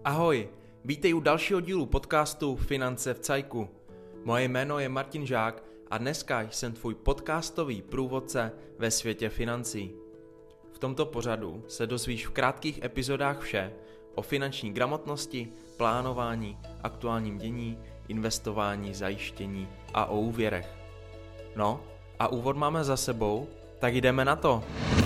Ahoj, vítej u dalšího dílu podcastu Finance v cajku. Moje jméno je Martin Žák a dneska jsem tvůj podcastový průvodce ve světě financí. V tomto pořadu se dozvíš v krátkých epizodách vše o finanční gramotnosti, plánování, aktuálním dění, investování, zajištění a o úvěrech. No a úvod máme za sebou, tak jdeme na to.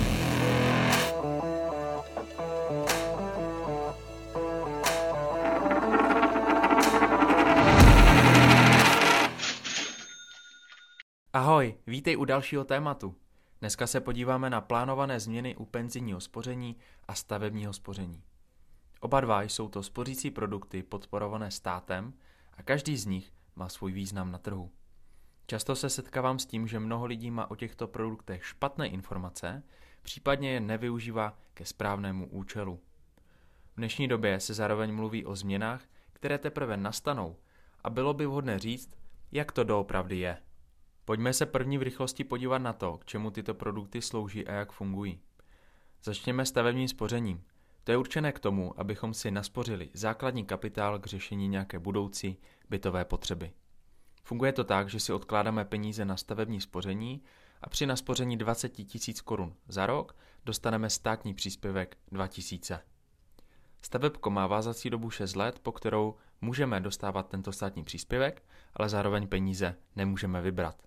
Ahoj, vítej u dalšího tématu. Dneska se podíváme na plánované změny u penzijního spoření a stavebního spoření. Oba dva jsou to spořící produkty podporované státem a každý z nich má svůj význam na trhu. Často se setkávám s tím, že mnoho lidí má o těchto produktech špatné informace, případně je nevyužívá ke správnému účelu. V dnešní době se zároveň mluví o změnách, které teprve nastanou a bylo by vhodné říct, jak to doopravdy je. Pojďme se první v rychlosti podívat na to, k čemu tyto produkty slouží a jak fungují. Začněme stavebním spořením. To je určené k tomu, abychom si naspořili základní kapitál k řešení nějaké budoucí bytové potřeby. Funguje to tak, že si odkládáme peníze na stavební spoření a při naspoření 20 000 korun za rok dostaneme státní příspěvek 2 000. Stavebko má vázací dobu 6 let, po kterou můžeme dostávat tento státní příspěvek, ale zároveň peníze nemůžeme vybrat.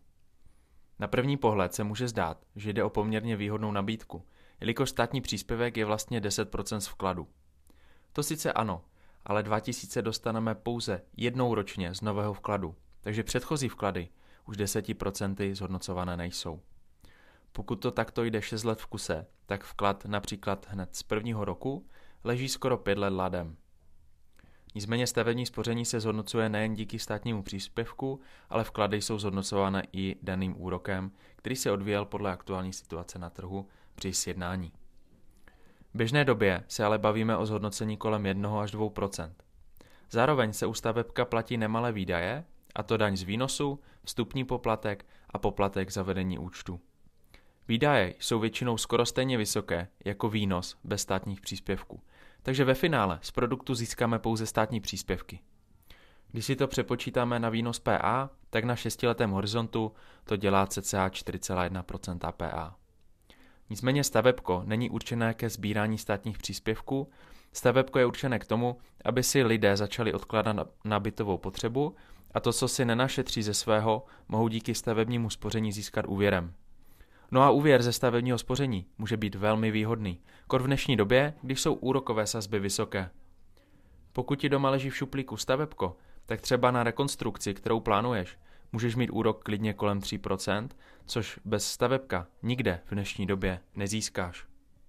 Na první pohled se může zdát, že jde o poměrně výhodnou nabídku, jelikož státní příspěvek je vlastně 10% z vkladu. To sice ano, ale 2 000 dostaneme pouze jednou ročně z nového vkladu, takže předchozí vklady už 10% zhodnocované nejsou. Pokud to takto jde 6 let v kuse, tak vklad například hned z prvního roku leží skoro 5 let ladem. Nicméně stavební spoření se zhodnocuje nejen díky státnímu příspěvku, ale vklady jsou zhodnocovány i daným úrokem, který se odvíjel podle aktuální situace na trhu při sjednání. V běžné době se ale bavíme o zhodnocení kolem 1 až 2%. Zároveň se u stavebka platí nemalé výdaje, a to daň z výnosu, vstupní poplatek a poplatek za vedení účtu. Výdaje jsou většinou skoro stejně vysoké jako výnos bez státních příspěvků, takže ve finále z produktu získáme pouze státní příspěvky. Když si to přepočítáme na výnos PA, tak na 6letém horizontu to dělá cca 4,1% PA. Nicméně stavebko není určené ke sbírání státních příspěvků, stavebko je určené k tomu, aby si lidé začali odkládat na bytovou potřebu a to, co si nenašetří ze svého, mohou díky stavebnímu spoření získat úvěrem. No a úvěr ze stavebního spoření může být velmi výhodný, kor v dnešní době, když jsou úrokové sazby vysoké. Pokud ti doma leží v šuplíku stavebko, tak třeba na rekonstrukci, kterou plánuješ, můžeš mít úrok klidně kolem 3%, což bez stavebka nikde v dnešní době nezískáš.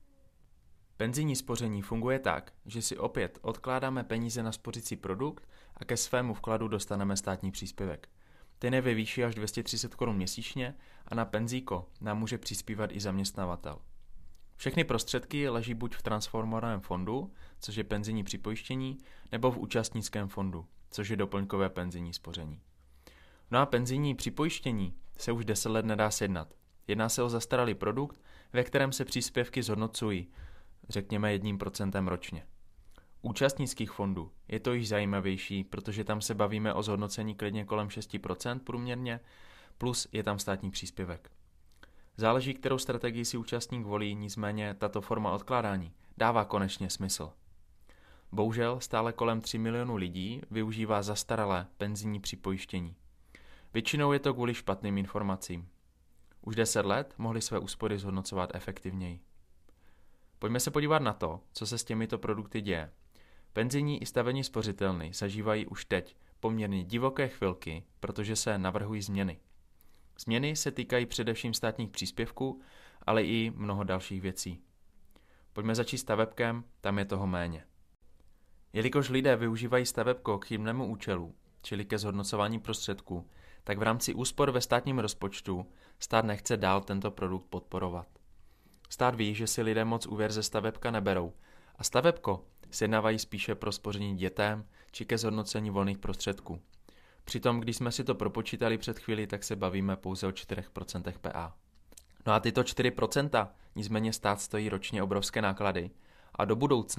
Penzijní spoření funguje tak, že si opět odkládáme peníze na spořící produkt a ke svému vkladu dostaneme státní příspěvek. Ten je ve výši až 230 korun měsíčně a na penzíko nám může přispívat i zaměstnavatel. Všechny prostředky leží buď v transformovaném fondu, což je penzijní připojištění, nebo v účastnickém fondu, což je doplňkové penzijní spoření. No a penzijní připojištění se už 10 let nedá sjednat. Jedná se o zastaralý produkt, ve kterém se příspěvky zhodnocují, řekněme 1% ročně. Účastnických fondů je to již zajímavější, protože tam se bavíme o zhodnocení klidně kolem 6% průměrně, plus je tam státní příspěvek. Záleží, kterou strategii si účastník volí, nicméně tato forma odkládání dává konečně smysl. Bohužel stále kolem 3 milionů lidí využívá zastaralé penzijní připojištění. Většinou je to kvůli špatným informacím. Už 10 let mohli své úspory zhodnocovat efektivněji. Pojďme se podívat na to, co se s těmito produkty děje. Penzijní i stavební spořitelny zažívají už teď poměrně divoké chvilky, protože se navrhují změny. Změny se týkají především státních příspěvků, ale i mnoho dalších věcí. Pojďme začít stavebkem, tam je toho méně. Jelikož lidé využívají stavebko k chybnému účelu, čili ke zhodnocování prostředků, tak v rámci úspor ve státním rozpočtu stát nechce dál tento produkt podporovat. Stát ví, že si lidé moc úvěr ze stavebka neberou a stavebko sjednávají spíše pro spoření dětem či ke zhodnocení volných prostředků. Přitom, když jsme si to propočítali před chvílí, tak se bavíme pouze o 4% PA. No a tyto 4% nicméně stát stojí ročně obrovské náklady a do budoucna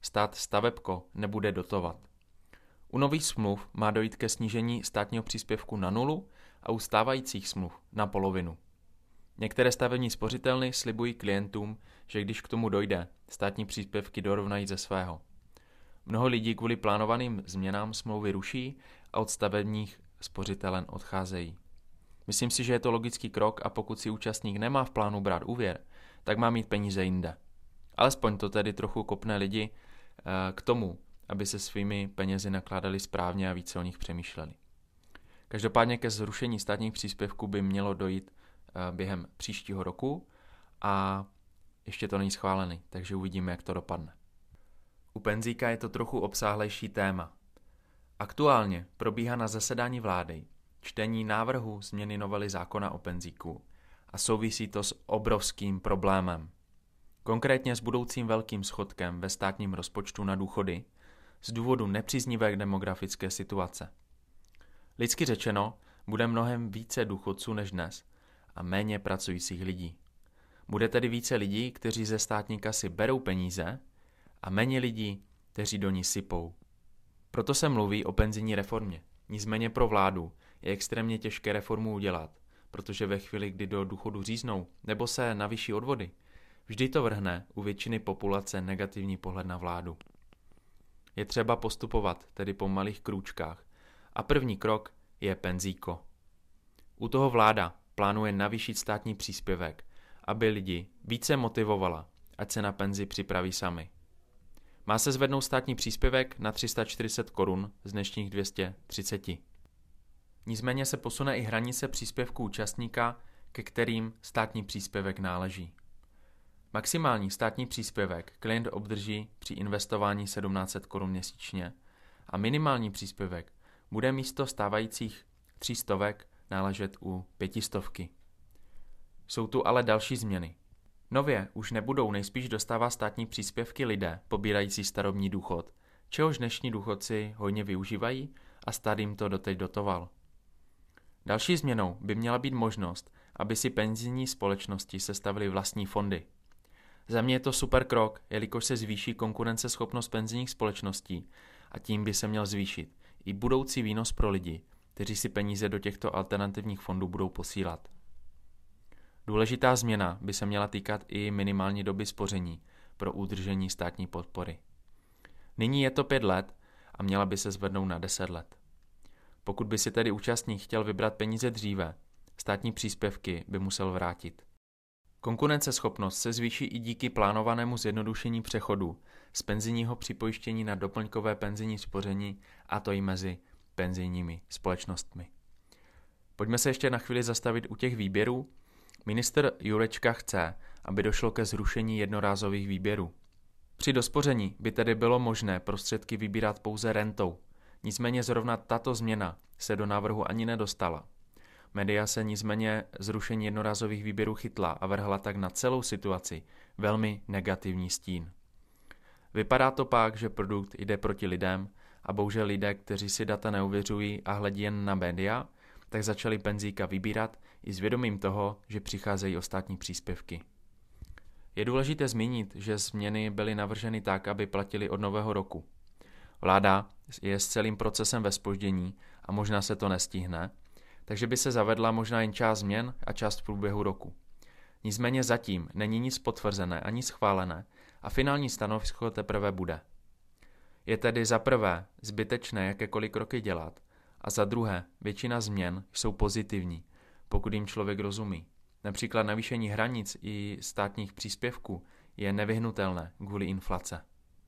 stát stavebko nebude dotovat. U nových smluv má dojít ke snížení státního příspěvku na 0 a u stávajících smluv na polovinu. Některé stavební spořitelny slibují klientům, že když k tomu dojde, státní příspěvky dorovnají ze svého. Mnoho lidí kvůli plánovaným změnám smlouvy ruší a od stavebních spořitelen odcházejí. Myslím si, že je to logický krok a pokud si účastník nemá v plánu brát úvěr, tak má mít peníze jinde. Alespoň to tedy trochu kopne lidi k tomu, aby se svými penězi nakládali správně a více o nich přemýšleli. Každopádně ke zrušení státních příspěvků by mělo dojít během příštího roku a ještě to není schválený, takže uvidíme, jak to dopadne. U penzíka je to trochu obsáhlejší téma. Aktuálně probíhá na zasedání vlády čtení návrhu změny novely zákona o penzíku a souvisí to s obrovským problémem. Konkrétně s budoucím velkým schodkem ve státním rozpočtu na důchody z důvodu nepříznivé demografické situace. Lidsky řečeno, bude mnohem více důchodců než dnes a méně pracujících lidí. Bude tedy více lidí, kteří ze státní kasy berou peníze a méně lidí, kteří do ní sypou. Proto se mluví o penzijní reformě. Nicméně pro vládu je extrémně těžké reformu udělat, protože ve chvíli, kdy do důchodu říznou nebo se navýší odvody, vždy to vrhne u většiny populace negativní pohled na vládu. Je třeba postupovat tedy po malých krůčkách a první krok je penzíko. U toho vláda plánuje navýšit státní příspěvek, aby lidi více motivovala, ať se na penzi připraví sami. Má se zvednout státní příspěvek na 340 korun z dnešních 230. Nicméně se posune i hranice příspěvku účastníka, ke kterým státní příspěvek náleží. Maximální státní příspěvek klient obdrží při investování 1700 korun měsíčně a minimální příspěvek bude místo stávajících 300 náležet u 500. Jsou tu ale další změny. Nově už nebudou nejspíš dostávat státní příspěvky lidé pobírající starobní důchod, čehož dnešní důchodci hojně využívají a stát jim to doteď dotoval. Další změnou by měla být možnost, aby si penzijní společnosti sestavily vlastní fondy. Za mě je to super krok, jelikož se zvýší konkurenceschopnost penzijních společností a tím by se měl zvýšit i budoucí výnos pro lidi, kteří si peníze do těchto alternativních fondů budou posílat. Důležitá změna by se měla týkat i minimální doby spoření pro udržení státní podpory. Nyní je to 5 let a měla by se zvednout na 10 let. Pokud by si tedy účastník chtěl vybrat peníze dříve, státní příspěvky by musel vrátit. Konkurenceschopnost se zvýší i díky plánovanému zjednodušení přechodu z penzijního připojištění na doplňkové penzijní spoření, a to i mezi penzijními společnostmi. Pojďme se ještě na chvíli zastavit u těch výběrů. Ministr Jurečka chce, aby došlo ke zrušení jednorázových výběrů. Při dospoření by tedy bylo možné prostředky vybírat pouze rentou, nicméně zrovna tato změna se do návrhu ani nedostala. Média se nicméně zrušení jednorázových výběrů chytla a vrhla tak na celou situaci velmi negativní stín. Vypadá to pak, že produkt jde proti lidem a bohužel lidé, kteří si data neuvěřují a hledí jen na média, tak začali penzíka vybírat i s vědomím toho, že přicházejí o státní příspěvky. Je důležité zmínit, že změny byly navrženy tak, aby platily od nového roku. Vláda je s celým procesem ve zpoždění a možná se to nestihne, takže by se zavedla možná jen část změn a část v průběhu roku. Nicméně zatím není nic potvrzené ani schválené a finální stanovisko teprve bude. Je tedy za prvé zbytečné jakékoliv kroky dělat a za druhé většina změn jsou pozitivní, pokud jim člověk rozumí. Například navýšení hranic i státních příspěvků je nevyhnutelné kvůli inflace.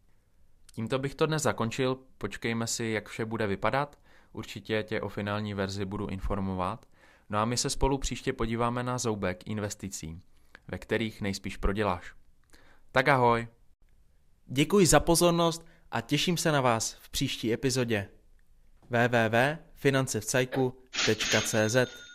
Tímto bych to dnes zakončil, počkejme si, jak vše bude vypadat, určitě tě o finální verzi budu informovat. No a my se spolu příště podíváme na zoubek investicím, ve kterých nejspíš proděláš. Tak ahoj! Děkuji za pozornost a těším se na vás v příští epizodě. www.financevcajku.cz